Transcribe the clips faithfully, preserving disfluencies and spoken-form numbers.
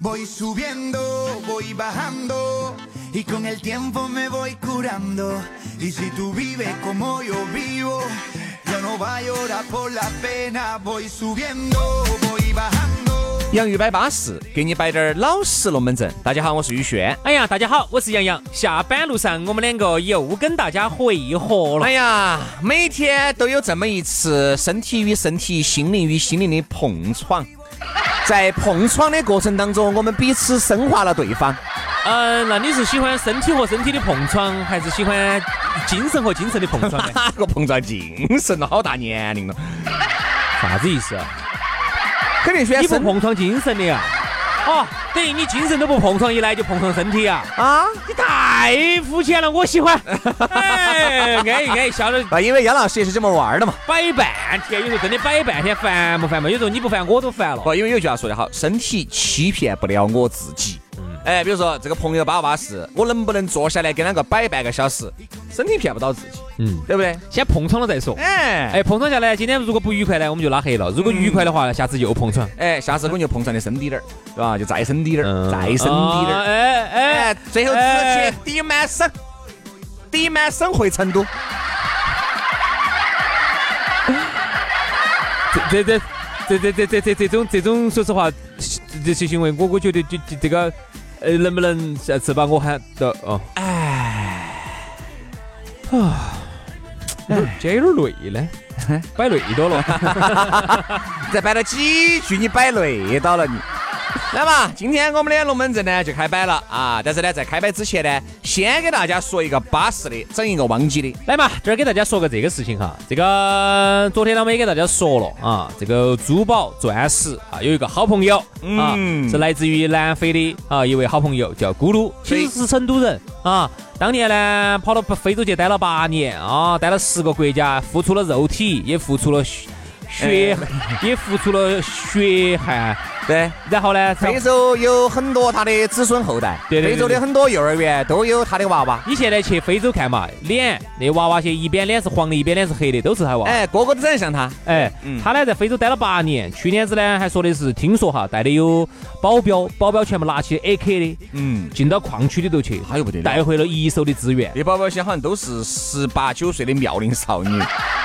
Voy subiendo, voy bajando, y con el tiempo me voy curando. Y si tú vives como yo vivo, yo no voy a llorar por la pena. Voy subiendo, voy bajando。 洋芋摆巴适，给你摆点老实龙门阵。大家好，我是宇轩。 哎呀，大家好，我是杨洋。下班路上，我们两个又跟大家会合了。 哎呀，每天都有这么一次身体与身体、心灵与心灵的碰撞。在碰撞的过程当中，我们彼此升华了对方。 呃，那你是喜欢身体和身体的碰撞，还是喜欢精神和精神的碰撞呢？ 哪个碰撞精神了？好大年龄了， 啥子意思啊？ 肯定选你不碰撞精神的呀？哦，等于你精神都不碰撞，一来就碰撞身体啊？ 啊， 你太肤浅了，我喜欢。哎，安逸安逸，笑的。 啊，因为杨老师也是这么玩的嘛， 摆半天，有时候真的摆半天，烦不烦嘛？有时候你不烦，我都烦了。 不，因为有句话说得好，身体欺骗不了我自己。哎，比如说这个朋友巴巴适，我能不能坐下来跟两个摆半个小时？身体骗不到自己， 嗯， 对不对？ 先碰撞了再说。 哎哎，碰撞下来，今天如果不愉快呢，我们就拉黑了；如果愉快的话，下次又碰撞。 哎，下次我们就碰撞的深滴点儿，对吧？就再深滴点儿， 嗯、 再深滴点儿。 哎哎哎，最后直接抵满省，抵满省回成都。 这这这这这这这这种这种，说实话，这些行为，我我觉得这这这个。呃，能不能下次把我喊到哦？哎，啊，今天有点累呢，摆累到了， 再摆了几句，你摆累到了你。来嘛，今天我们的龙门阵呢就开摆了啊！但是呢，在开摆之前呢，先给大家说一个巴适的，整一个忘记的。 来嘛，这儿给大家说个这个事情哈，这个昨天呢我们也给大家说了啊，这个珠宝钻石啊，有一个好朋友啊，嗯、是来自于南非的啊一位好朋友叫咕噜，其实是成都人啊。当年呢跑到非洲去待了八年啊，待了十个国家，付出了肉体，也付出了血，血哎、也付出了血汗。 对， 然后呢？ 非洲有很多他的子孙后代， 对对对对， 非洲的很多幼儿园都有他的娃娃。 你现在去非洲看嘛，脸那娃娃些一边脸是黄的，一边脸是黑的，都是他娃娃。 哎，个个都长得像他。 哎，嗯、他呢在非洲待了八年，去年子呢还说的是，听说哈带的有保镖，保镖全部拿起 A K 的，嗯，进到矿区里头去， 还有不得了， 带回了一手的资源。 这保镖些好像都是十八九岁的妙龄少女。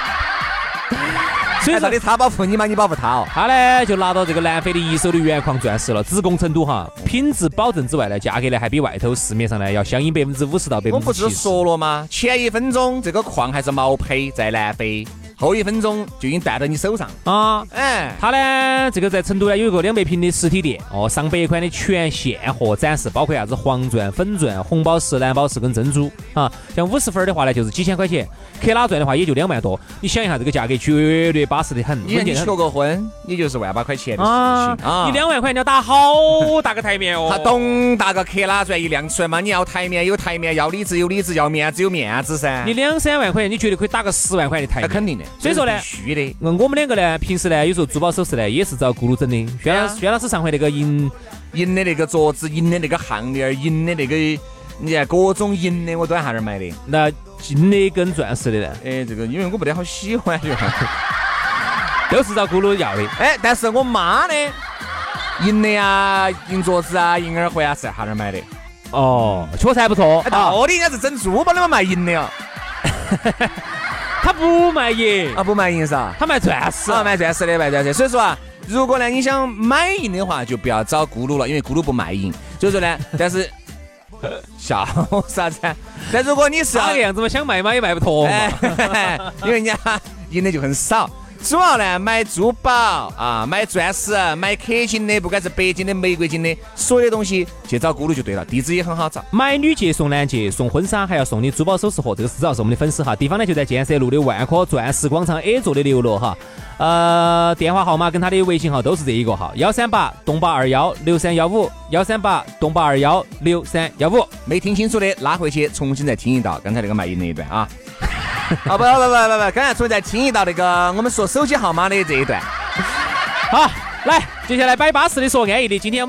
所以说你他保护你嘛，你保护他哦。 他呢就拿到这个南非的一手的原矿钻石了，只供成都哈，品质保证之外呢，价格呢还比外头市面上呢要相应百分之五十到百分之七十。 我不是说了吗？前一分钟这个矿还是毛坯在南非，后一分钟就已经带到你手上啊！哎，他呢这个在成都呢有一个两百平的实体店哦，上百款的全现货展示，包括啥子黄钻、粉钻、红宝石、蓝宝石跟珍珠啊。像五十分的话呢就是几千块钱，克拉钻的话也就两万多。你想一下这个价格绝对巴适的很。 你你求个婚，你就是万把块钱的事情啊！ 你两万块你要打好大个台面哦。 他懂大个克拉钻一亮出来嘛？你要台面有台面，要理智有理智，要面子有面子噻。 你两三万块钱，你绝对可以打个十万块的台面。 那肯定的。 所以说呢， 必须的。 嗯，我们两个呢，平时呢，有时候珠宝首饰呢，也是找咕噜整的。轩老师，轩老师上回那个银银的那个镯子，银的那个项链，银的那个，你看各种银的，我都在那儿买的。 那金的跟钻石的呢？ 哎，这个因为我不得好喜欢， 都是找咕噜要的。 哎，但是我妈呢，银的呀，银镯子啊，银耳环啊，是在她那儿买的。 哦，确实还不错。 哎，到底人家是整珠宝的嘛，卖银的呀。 他不卖银啊，不卖银噻， 他卖钻石啊，卖钻石的，卖钻石。所以说啊，如果呢你想买银的话，就不要找咕噜了，因为咕噜不卖银。所以说呢，但是笑啥子？但如果你是那个样子嘛，想卖嘛也卖不脱嘛， 哎、因为人家银的就很少。主要呢，买珠宝啊，买钻石，买氪金的，不管是白金的、玫瑰金的，所有的东西去找咕噜就对了，地址也很好找。 买女戒送男戒，送婚纱还要送你珠宝首饰盒，这个是只要是我们的粉丝哈。地方呢就在建设路的万科钻石广场 A 座的六楼哈。呃，电话号码跟他的微信号都是这一个号：幺三八东八二幺六三幺五，幺三八东八二幺六三幺五。 没听清楚的拉回去重新再听一道刚才那个卖淫那一段啊。啊不不不不不，刚才重新再听一道那个我们说手机号码的这一段。 好，来，接下来摆巴适的说安逸的。今天我们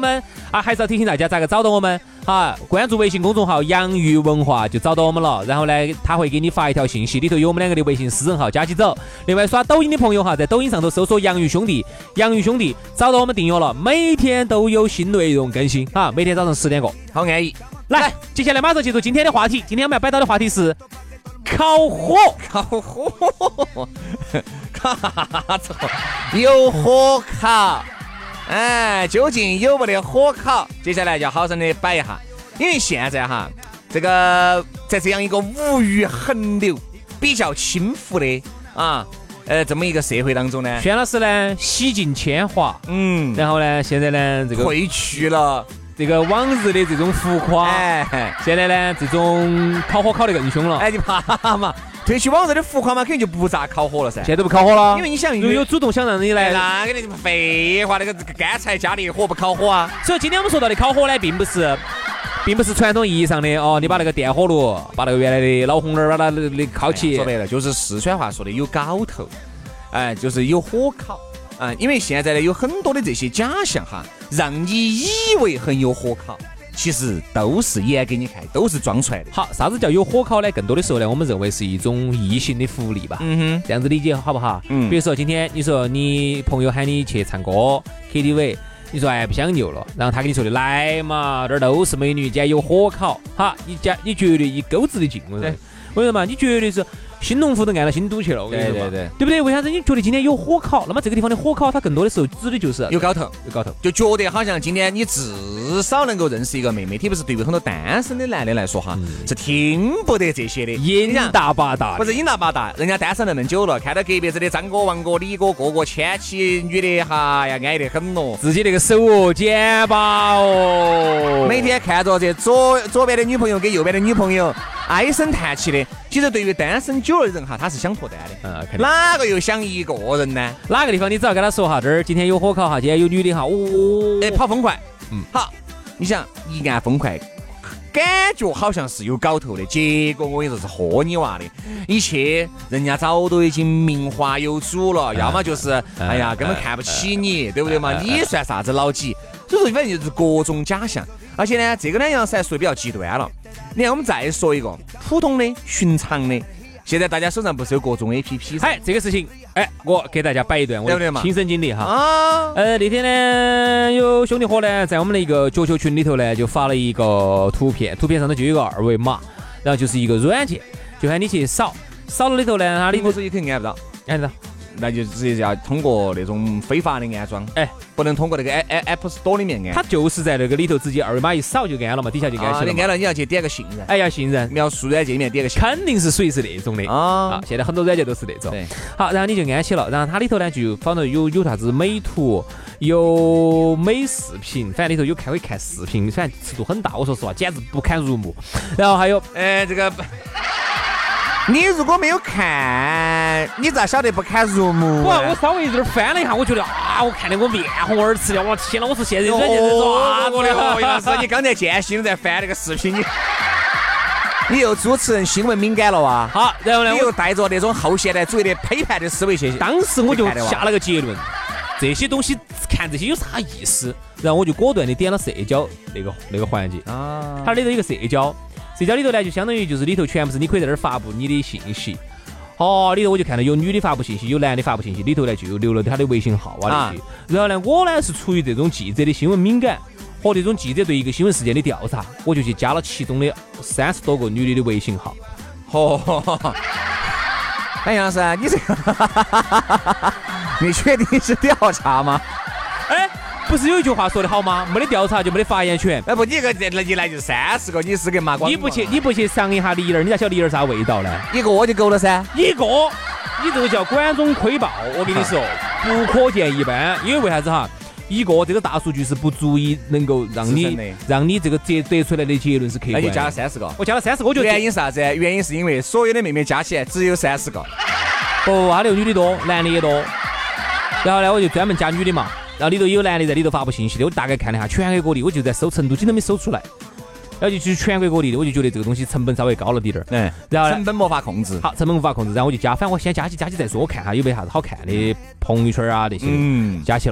啊，还是要提醒大家咋个找到我们啊？关注微信公众号洋芋文化就找到我们了。然后呢，他会给你发一条信息，里头有我们两个的微信私人号，加起走。另外刷抖音的朋友哈，在抖音上头搜索洋芋兄弟，洋芋兄弟找到我们订阅了，每天都有新内容更新啊，每天早上十点过， 好安逸。 来，接下来马上进入今天的话题。今天我们要摆到的话题是烤火， 烤火，烤啥子？有火烤，哎，究竟有没得火烤？接下来要好生的摆一下，因为现在哈，这个在这样一个物欲横流、比较轻浮的啊，呃，这么一个社会当中呢， 轩老师呢洗尽铅华， 嗯， 然后呢，现在呢这个褪去了。 这个往日的这种浮夸，哎，现在呢，这种烤火烤得更凶了。 哎，你怕嘛？褪去往日的浮夸嘛，肯定就不咋烤火了噻。 现在都不烤火了， 因为你想， 如果有主动想让你来， 那个你废话，那个干柴加烈火不烤火啊。 所以今天我们说到的烤火呢，并不是，并不是传统意义上的哦，你把那个电火炉，把那个原来的老红灯把它的烤起。 说白了，就是四川话说的有搞头，哎，就是有火烤。啊、嗯，因为现在呢有很多的这些假象哈，让你以为很有火烤，其实都是演给你看，都是装出来的。 好，啥子叫有火烤呢？更多的时候呢，我们认为是一种异性的福利吧。 嗯哼， 这样子理解好不好？ 嗯。 比如说今天你说你朋友喊你去唱歌 K T V， 你说哎不想扭了，然后他跟你说的来嘛，这儿都是美女，今天有火烤，哈，你家你绝对一钩子的劲，我说，为什么？你绝对是。新农夫都按到新都去了，我跟你说嘛， 对对对， 对不对？为啥子你觉得今天有火烤？那么这个地方的火烤，它更多的时候指的就是有搞头， 有搞头， 就觉得好像今天你至少能够认识一个妹妹，特别是对于很多单身的男的来说哈，嗯、是听不得这些的， 瘾大把大， 不是瘾大把大，人家单身那么久了，看到隔壁子的张哥、王哥、李哥个个牵起女的，哈呀，安逸得很咯， 自己那个手哦，剪吧哦， 每天看着这左左边的女朋友跟右边的女朋友。唉声叹气的，其实对于单身久的人哈，他是想脱单的。 嗯，肯定。 哪个又想一个人呢？ 哪个地方你只要跟他说哈，这儿今天有火烤哈，今天有女的哈，哦， 哎，跑风快。 嗯， 好，你想一按风快，感觉好像是有搞头的，结果我跟你说是喝你娃的，一切人家早都已经名花有主了，要么就是哎呀根本看不起你，对不对嘛？你算啥子老几？所以说反正就是各种假象，而且呢，这个呢杨师还说的比较极端了。你看，我们再说一个普通的、寻常的。现在大家手上不是有各种 A P P？ 哎，这个事情，哎，我给大家摆一段我的亲身经历哈。 啊， 呃，那天呢，有兄弟伙呢，在我们的一个脚球群里头呢，就发了一个图片，图片上头就有一个二维码，然后就是一个软件，就喊你去扫，扫了里头呢，它里头手机肯定按不到， 按不到。 那就直接要通过那种非法的安装， 哎， 不能通过那个 App Store 里面安。 它就是在那个里头直接二维码一扫就安了嘛，底下就安起了。 你安了，你要去点个信任。 哎，要信任。 描述软件里面点个信任， 肯定是属于是那种的啊。现在很多软件都是那种。好，然后你就安起了，然后它里头呢就反正有有啥子美图，有美视频，反正里头有看可以看视频，反正尺度很大。我说实话，简直不堪入目。然后还有， 哎，这个。你如果没有看，你咋晓得不堪入目？ 我我稍微有点翻了一下，我觉得啊，我看得我面红耳赤的，我天哪！我说现在软件是抓过的哦，杨师，你刚才见习在翻那个视频，你你又主持人新闻敏感了哇？ 好，然后呢， 你又带着那种后现代主义的批判的思维去。 当时我就下了个结论，这些东西看这些有啥意思？然后我就果断的点了社交那个那个环节啊，它里头有一个社交。社交里头呢，就相当于就是里头全部是你可以在这儿发布你的信息。哦，里头我就看到有女的发布信息，有男的发布信息，里头呢就有留了他的微信号啊那些。然后呢，我呢是出于这种记者的新闻敏感和这种记者对一个新闻事件的调查，我就去加了其中的三十多个女的的微信号。 哦，哎，杨老师，你这个，你确定是调查吗？ 哎。不是有一句话说的好吗？没得调查就没得发言权。 哎不，你这个一来就三十个，你是给骂光。 你不去，你不去尝一下梨儿，你咋晓得梨儿啥味道呢？ 一个就够了噻。 一个，你这个叫管中窥豹。我跟你说，不可见一斑。因为为啥子哈？一个这个大数据是不足以能够让你让你这个得得出来的结论是客观的。 那就加了三十个。 我加了三十个，我觉得原因是啥子？原因是因为所有的妹妹加起来只有三十个。 不，他那个女的多，男的也多。然后呢，我就专门加女的嘛。然后里头有男的在里头发布信息的，我大概看了一下，全国各地，我就在搜成都，今天没搜出来。然后就去全国各地的，我就觉得这个东西成本稍微高了点儿。 嗯，然后成本无法控制。 好，成本无法控制，然后我就加，反正我先加起加起再说，我看下有没得啥子好看的朋友圈啊那些，嗯，加起了。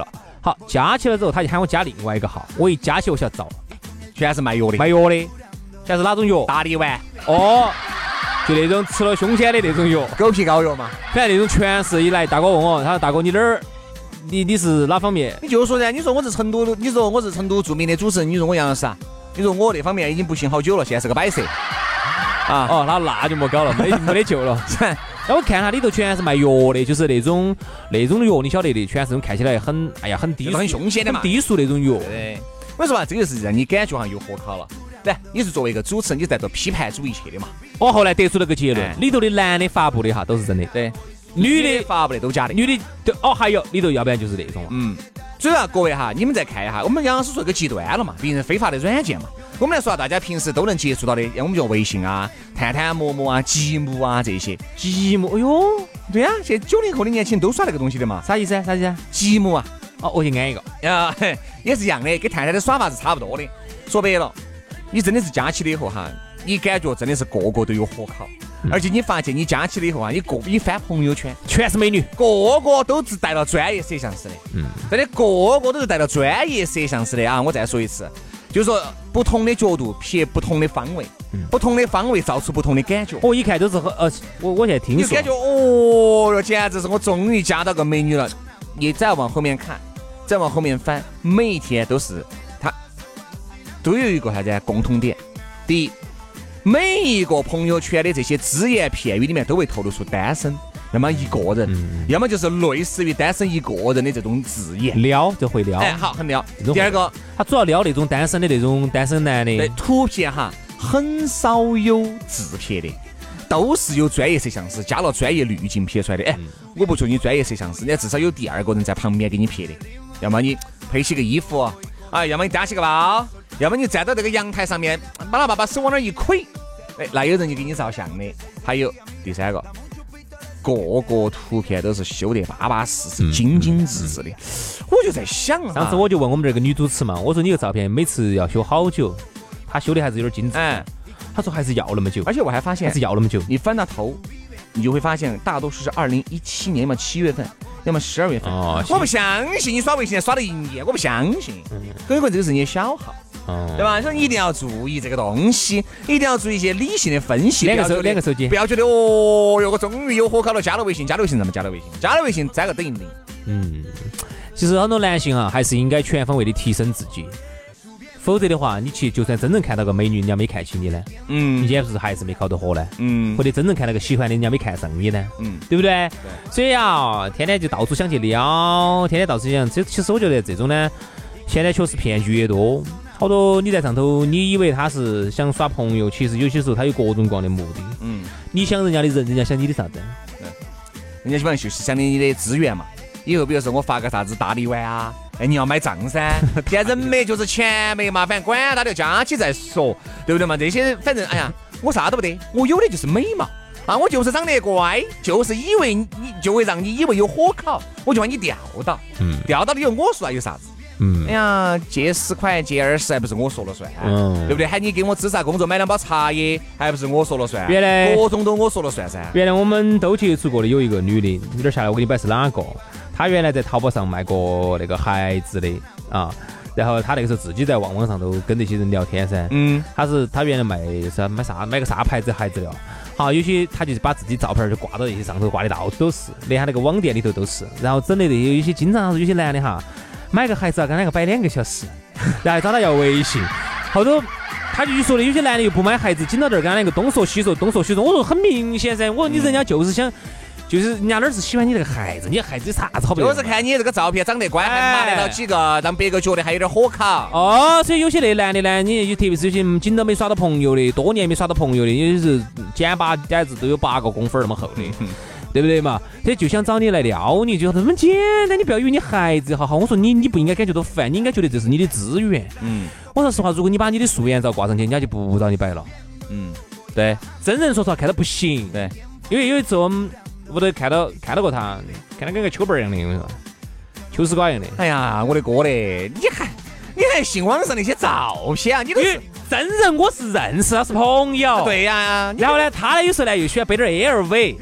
好，加起来之后，他就喊我加另外一个号，我一加起我晓得糟了， 全是卖药的， 卖药的，全是哪种药？ 大力丸， 哦，就那种吃了凶险的那种药， 狗皮膏药嘛。 反正那种全是一来，大哥问我，他说大哥你哪儿？你你是哪方面？ 你就说噻，你说我是成都，你说我是成都著名的主持人，你说我杨老师啊，你说我那方面已经不行好久了，现在是个摆设啊。 哦，那那就没搞了，没没得救了。然后我看它里头全是卖药的，就是那种那种药，你晓得的，全是那种看起来很哎呀很低俗、 很凶险的嘛， 很低俗那种药。 对，我说吧，这个是让你感觉好像有火烤了。对，你是作为一个主持人，你在这批判主一切的嘛。 我后来得出了个结论， 哎里头的男的发布的哈都是真的， 对， 女的发布的都假的， 女的都哦还有里头要不然就是那种了。 嗯，主要各位哈，你们再看一下，我们杨老师说一个极端了嘛，毕竟是非法的软件嘛。我们来说下大家平时都能接触到的，我们就微信啊、探探、陌陌啊、吉木啊这些。 吉木，哎呦， 对啊，现在九零后的年轻人都耍那个东西的嘛。 啥意思啊？啥意思啊？ 吉木啊， 哦，我去安一个啊，也是一样的，跟探探的耍法是差不多的。说白了，你真的是加起了以后哈，你感觉真的是个个都有火烤，嗯、而且你发现你加起了以后啊，你个你翻朋友圈全是美女， 个个都是带了专业摄像师的，嗯，真的个个都是带了专业摄像师的啊！我再说一次。就是说，不同的角度拍不同的方位，嗯、不同的方位造出不同的感觉。 我一看都是很呃，我我现在听说， 你感觉哦哟，简直是我终于加到个美女了。你再往后面看，再往后面翻，每一天都是他都有一个啥子共同点。第一，每一个朋友圈的这些只言片语里面都会透露出单身，要么一个人，嗯、要么就是类似于单身一个人的这种字眼， 撩就会撩， 哎，好，很撩。第二个。 他主要撩那种单身的那种单身男的， 对，图片哈很少有自拍的，都是有专业摄像师加了专业滤镜拍出来的。哎，嗯、我不求你专业摄像师，你至少有第二个人在旁边给你拍的，要么你配起个衣服，啊，要么你担起个包，要么你站到这个阳台上面，把他把把手往那儿一挥，哎，那有人就给你照相的。还有第三个。个个图片都是修得巴巴适适、精精致致的，我就在想， 上次我就问我们这个女主持嘛，我说你个照片每次要修好久？她修的还是有点精致。哎，她说还是要那么久， 而且我还发现还是要那么久。 你翻到头，你就会发现大多数是二零一七年嘛七月份，要么十二月份。哦，我不相信你刷微信刷了一年，我不相信。可能这个是你的小号。哦、对吧？所以你一定要注意这个东西，一定要注意一些理性的分析。 两个手，两个手机， 不要觉得哦哟，我终于有火烤了，加了微信，加了微信怎么加了微信？加了微信加个等于零。 嗯，其实很多男性啊，还是应该全方位的提升自己，否则的话，你去就算真正看到个美女，人家没看起你呢，嗯，你今天不是还是没烤得火呢，嗯，或者真正看到个喜欢的，人家没看上你呢，嗯，对不对？对。所以啊，天天就到处想去撩，天天到处想，这其实我觉得这种呢，现在确实骗局越多。好多你在上头，你以为他是想耍朋友，其实有些时候他有各种各样的目的。嗯，你想人家的人，人家想你的啥子？ 对，人家基本上就是想你的资源嘛。以后比如说我发个啥子大力丸啊，哎，你要买账噻。现在人没就是钱没嘛，反正管他的，加起再说，对不对嘛？这些反正哎呀，我啥都不得，我有的就是美嘛。啊，我就是长得乖，就是以为你就会让你以为有火烤，我就把你钓到。嗯，钓到了以后我说有啥子？嗯，哎呀，借十块借二十还不是我说了算，嗯，对不对？喊你给我自杀工作买两包茶叶还不是我说了算， 原来各种都我说了算噻。 原来我们都接触过的有一个女的，有点下来我给你摆是哪个？她原来在淘宝上卖过那个孩子的啊，然后她那个时候自己在网网上头跟那些人聊天噻，嗯，她是她原来卖是买啥买个啥牌子孩子料，好，有些她就是把自己照片就挂到那些上头，挂的到处都是，连她那个网店里头都是，然后整的那些有些经常有些男的哈。买个孩子啊，跟那个摆两个小时，然后找他要微信，后头他就说的有些男的又不买孩子，紧到这儿跟那个东说西说，东说西说。我说很明显噻，我说你人家就是想，就是人家哪儿是喜欢你这个孩子，你孩子有啥子好不？ 就是看你这个照片长得乖，还拿得到几个，让别个觉得还有点火烤。 哦，所以有些那男的呢，你特别是有些紧到没耍到朋友的，多年没耍到朋友的，有些是肩把杆子都有八个公分那么厚的。对不对嘛？所以就想找你来撩你，就这么简单。你不要以为你孩子好好，我说你你不应该感觉到烦，你应该觉得这是你的资源。嗯，我说实话，如果你把你的素颜照挂上去，人家就不找你摆了。嗯，对，真人说实话看到不行。对，因为有一次我们屋头看到看到过他，看他跟个秋本一样的，我跟你说，秋丝瓜一样的。 哎呀，我的哥嘞，你还你还信网上那些照片啊？你都是真人，我是认识，他是朋友。 对呀、啊， 然后呢，他呢有时候呢又喜欢背点 L V。 嗯。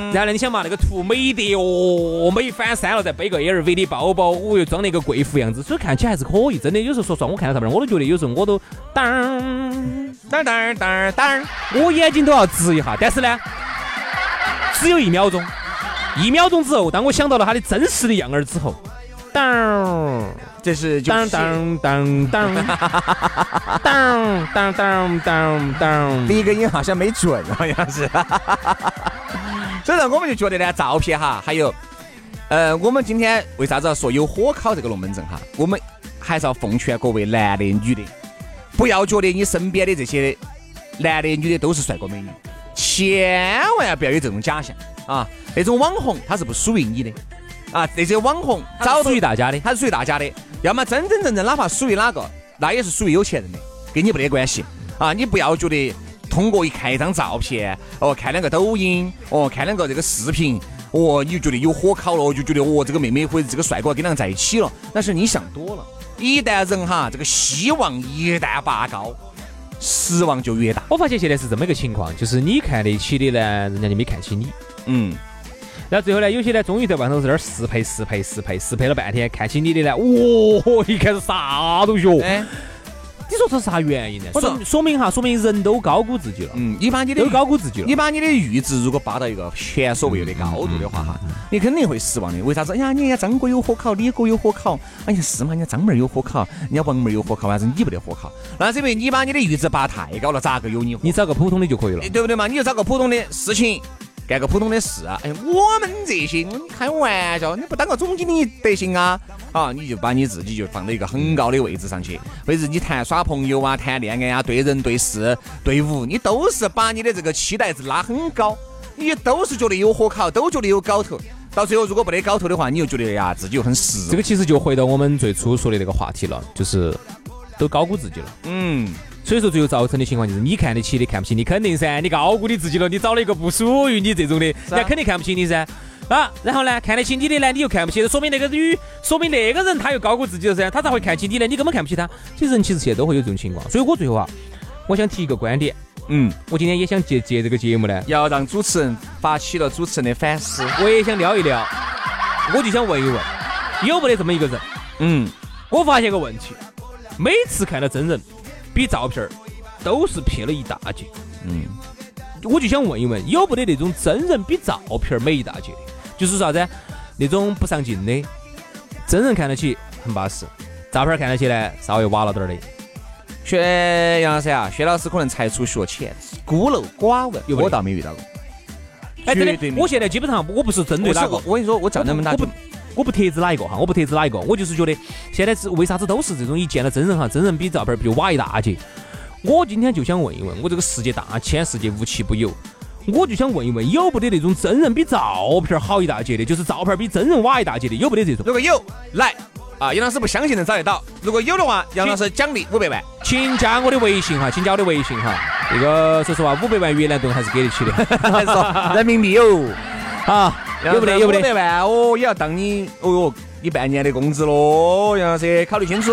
然后呢，你想嘛，那个图美得哦，美翻山了，再背个 L V 的包包，我又装那个贵妇样子，所以看起来还是可以。真的，有时候说实话，我看到上面，我都觉得有时候我都当当当当当，我眼睛都要直一下。但是呢，只有一秒钟，一秒钟之后，当我想到了他的真实的样儿之后，当。 这是当当当当当当当当当， 第一个音好像没准，好像是。所以说，我们就觉得呢，照片哈，还有，呃，我们今天为啥子要说有火烤这个龙门阵哈？我们还是要奉劝各位男的、女的，不要觉得你身边的这些男的、女的都是帅哥美女，千万不要有这种假象啊！那种网红他是不属于你的啊，这些网红早属于大家的， 他是属于大家的。要么真真正正哪怕属于哪个，那也是属于有钱人的，跟你没得关系啊！你不要觉得通过一看一张照片，哦，看两个抖音，哦，看两个这个视频，哦，你就觉得有火烤了，我就觉得哦，这个妹妹或者这个帅哥跟两个在一起了，那是你想多了。一旦人哈这个希望一旦拔高，失望就越大。 我发现现在是这么一个情况，就是你看得起的呢，人家就没看起你， 嗯。 然后最后呢，有些呢，终于在外头在那儿适配适配适配适配了半天，看起你的呢，哇，一看是啥东西哦？哎，你说这是啥原因呢？说说明哈，说明人都高估自己了。 嗯，你把你的都高估自己了。 你把你的阈值如果拔到一个前所未有的高度的话哈，嗯嗯嗯、你肯定会失望的。为啥子？哎呀，人家张哥有火烤，李哥有火烤，哎呀是嘛？人家张妹有火烤，人家王妹有火烤，还是你不得火烤？那是因为你把你的阈值拔太高了，咋个有你火？ 你找个普通的就可以了， 对不对嘛？你就找个普通的事情。干个普通的事啊！哎，我们这些，你开玩笑，你不当个总经理得行啊？啊，你就把你自己就放到一个很高的位置上去，或者你谈耍朋友啊、谈恋爱啊、对人对事对物，你都是把你的这个期待值拉很高，你都是觉得有火烤，都觉得有搞头。到最后如果没得搞头的话，你又觉得呀自己又很失望。 这个其实就回到我们最初说的这个话题了，就是都高估自己了。 嗯。 所以说最后造成的情况就是你看得起的看不起你，肯定噻，你高估你自己了，你找了一个不属于你这种的，人家肯定看不起你噻啊。然后呢，看得起你的呢，你又看不起，说明那个女，说明那个人他又高估自己了噻，他才会看起你呢，你根本看不起他。其实人其实现在都会有这种情况，所以我最后啊，我想提一个观点，嗯，我今天也想借借这个节目呢， 要让主持人发起了主持人的反思， 我也想聊一聊，我就想问一问，有没得这么一个人？嗯，我发现个问题，每次看到真人比照片都是撇了一大截，嗯，我就想问一问，有没得那种真人比照片美一大截的？就是啥子？那种不上镜的，真人看得起很巴适，照片看得起呢稍微瓦了点的。 薛杨老师啊，薛老师可能才疏学浅，孤陋寡闻，我倒没遇到过。 哎，真的，我现在基本上我不是针对哪个， 我跟你说，我叫那么大， 我不我不特指哪一个哈，我不特指哪一个，我就是觉得现在是为啥子都是这种一见了真人哈，真人比照片比瓦一大截。我今天就想问一问，我这个世界大，千世界无奇不有，我就想问一问，有不得那种真人比照片好一大截的，就是照片比真人瓦一大截的，有不得这种？ 如果有，来啊，杨老师不相信能找得到，如果有的话，杨老师奖励五百万， 请加我的微信哈，请加我的微信哈。这个说实话，五百万越南盾还是给得起的， 还是说人民币哦， 啊，有不得？有不得？ 五百万哦，也要当你哦哟你半年的工资喽，杨老师考虑清楚。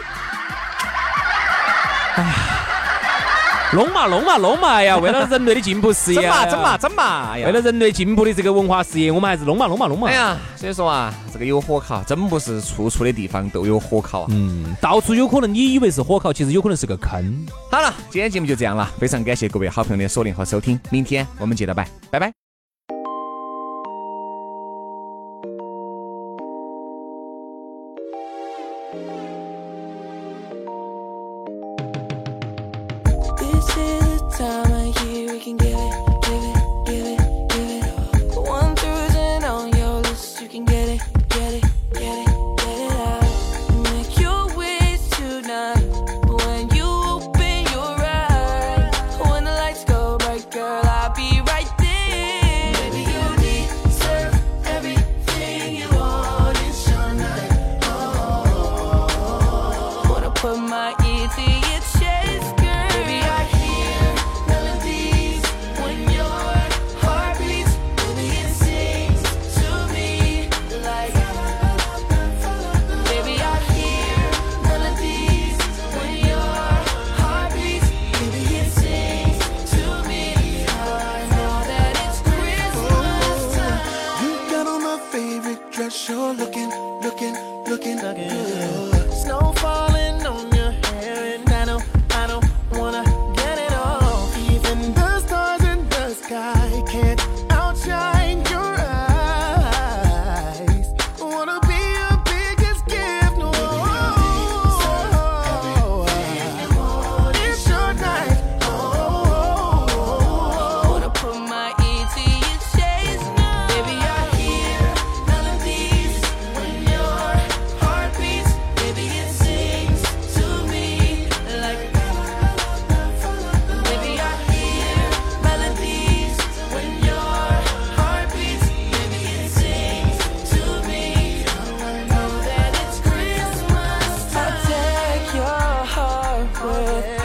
哎。弄嘛弄嘛弄嘛呀！为了人类的进步事业， 整嘛整嘛整嘛呀！ 为了人类进步的这个文化事业，我们还是弄嘛弄嘛弄嘛。 哎呀，所以说啊，这个有火烤，真不是处处的地方都有火烤啊。 嗯，到处有可能你以为是火烤，其实有可能是个坑。 好了，今天节目就这样了，非常感谢各位好朋友的锁定和收听，明天我们接着拜，拜拜。 Put my ear to your chest, girl. Baby, I hear melodies. world.